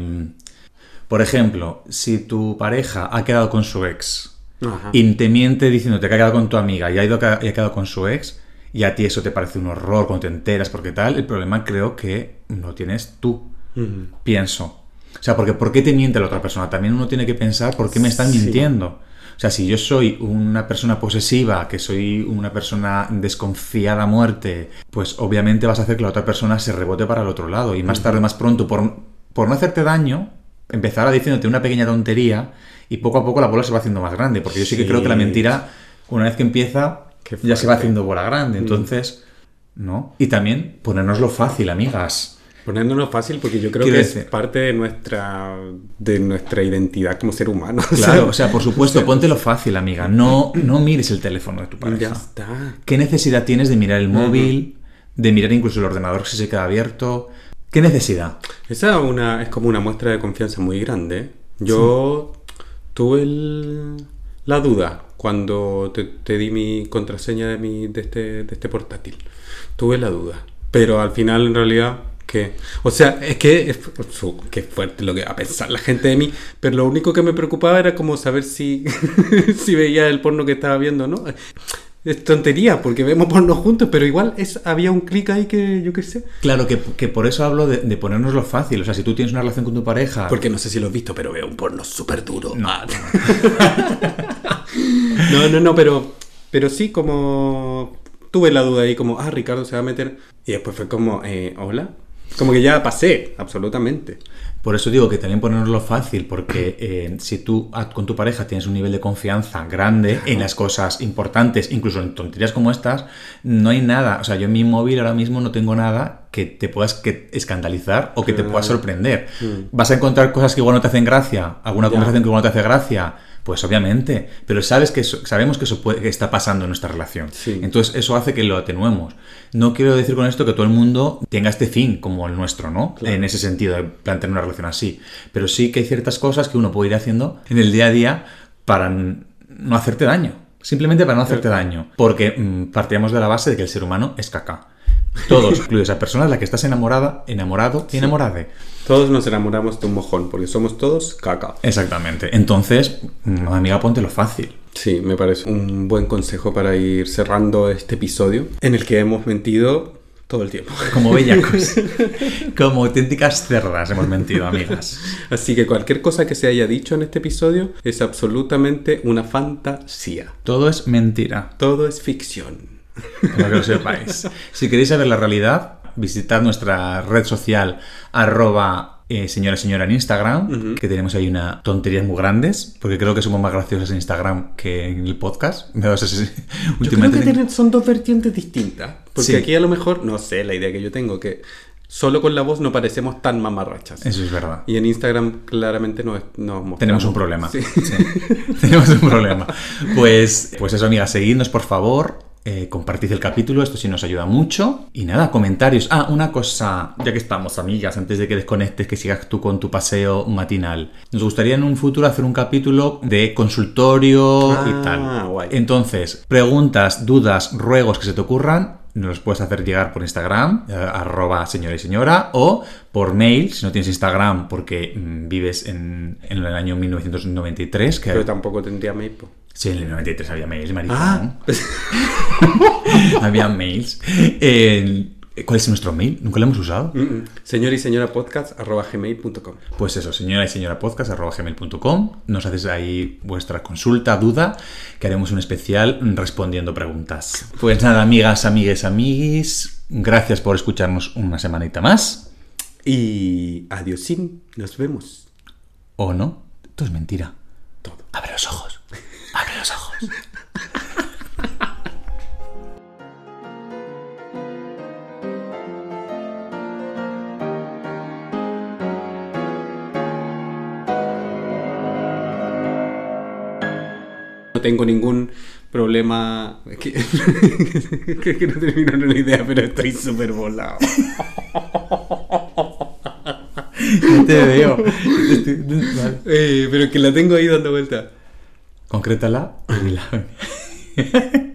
por ejemplo, si tu pareja ha quedado con su ex... Ajá. y te miente diciéndote que ha quedado con tu amiga y ha, ido, y ha quedado con su ex y a ti eso te parece un horror cuando te enteras porque tal, el problema creo que lo tienes tú, uh-huh. pienso. O sea, porque ¿por qué te miente la otra persona? También uno tiene que pensar ¿por qué me están sí. mintiendo? O sea, si yo soy una persona posesiva, que soy una persona desconfiada a muerte, pues obviamente vas a hacer que la otra persona se rebote para el otro lado y más uh-huh. tarde, más pronto, por, por no hacerte daño, empezará diciéndote una pequeña tontería y poco a poco la bola se va haciendo más grande, porque yo sí que sí. creo que la mentira, una vez que empieza, ya se va haciendo bola grande, entonces, ¿no? Y también ponérnoslo fácil, amigas. Ponérnoslo fácil porque yo creo Quiero que decir, es parte de nuestra de nuestra identidad como ser humano. Claro, o sea, por supuesto, póntelo fácil, amiga. No, no mires el teléfono de tu pareja. Ya está. ¿Qué necesidad tienes de mirar el móvil, uh-huh. de mirar incluso el ordenador si se queda abierto? ¿Qué necesidad? Esa una, es como una muestra de confianza muy grande. Yo sí. tuve el, la duda cuando te, te di mi contraseña de, mi, de, este, de este portátil. Tuve la duda. Pero al final, en realidad, ¿qué? O sea, es que es, qué fuerte lo que va a pensar la gente de mí. Pero lo único que me preocupaba era como saber si, si veía el porno que estaba viendo, ¿no? Es tontería, porque vemos porno juntos, pero igual es, había un clic ahí que yo qué sé. Claro, que, que por eso hablo de, de ponernoslo fácil. O sea, si tú tienes una relación con tu pareja... Porque no sé si lo has visto, pero veo un porno súper duro. No, no, no, no, pero, pero sí, como... Tuve la duda ahí, como, ah, Ricardo se va a meter... Y después fue como, eh, ¿hola? Como que ya pasé, absolutamente. Por eso digo que también ponerlo fácil, porque eh, si tú con tu pareja tienes un nivel de confianza grande claro. en las cosas importantes, incluso en tonterías como estas, no hay nada. O sea, yo en mi móvil ahora mismo no tengo nada que te puedas que escandalizar o que claro. te pueda sorprender. Mm. ¿Vas a encontrar cosas que igual no te hacen gracia? ¿Alguna ya. conversación que igual no te hace gracia? Pues obviamente, pero sabes que eso, sabemos que eso puede, que está pasando en nuestra relación. Sí. Entonces eso hace que lo atenuemos. No quiero decir con esto que todo el mundo tenga este fin como el nuestro, ¿no? Claro. En ese sentido, de plantear una relación así. Pero sí que hay ciertas cosas que uno puede ir haciendo en el día a día para no hacerte daño. Simplemente para no hacerte claro. daño. Porque mmm, partíamos de la base de que el ser humano es caca. Todos, incluido esa persona de la que estás enamorada, enamorado y Sí. enamorade. Todos nos enamoramos de un mojón, porque somos todos caca. Exactamente. Entonces, mm, amiga, póntelo fácil. Sí, me parece un buen consejo para ir cerrando este episodio en el que hemos mentido todo el tiempo. Como bellacos. Como auténticas cerdas hemos mentido, amigas. Así que cualquier cosa que se haya dicho en este episodio es absolutamente una fantasía. Todo es mentira. Todo es ficción. Para que lo sepáis. Si queréis saber la realidad, visitad nuestra red social arroba eh, señora señora en Instagram, uh-huh. que tenemos ahí una tonterías muy grandes, porque creo que somos más graciosos en Instagram que en el podcast. Me vas a yo creo que ten... son dos vertientes distintas. Porque sí. aquí a lo mejor, no sé, la idea que yo tengo, que solo con la voz no parecemos tan mamarrachas. Eso es verdad. Y en Instagram claramente nos, nos mostramos. Tenemos un problema. Sí. Sí. Tenemos un problema. Pues, pues eso, amigas, seguidnos por favor. Eh, compartid el capítulo, esto sí nos ayuda mucho. Y nada, comentarios. Ah, una cosa, ya que estamos, amigas, antes de que desconectes, que sigas tú con tu paseo matinal. Nos gustaría en un futuro hacer un capítulo de consultorio ah, y tal. Guay. Entonces, preguntas, dudas, ruegos que se te ocurran, nos los puedes hacer llegar por Instagram, eh, arroba señora y señora, o por mail, si no tienes Instagram porque mmm, vives en, en el año mil novecientos noventa y tres. Que Pero tampoco tendría mail, po. Sí, en el noventa y tres había mails, maricón. Ah. Había mails. Eh, ¿Cuál es nuestro mail? ¿Nunca lo hemos usado? Mm-mm. Señor y señora podcast arroba gmail punto com. Pues eso, señora y señora podcast arroba gmail punto com. Nos haces ahí vuestra consulta, duda, que haremos un especial respondiendo preguntas. Pues nada, amigas, amigues, amiguis, gracias por escucharnos una semanita más. Y adiosín, nos vemos. ¿O no? Esto es mentira. Todo. Abre los ojos. Abre los ojos. No tengo ningún problema. Que, que, que no termino en una idea, pero estoy súper volado. No te veo. Vale. Eh, pero que la tengo ahí dando vuelta. Concrétala y la...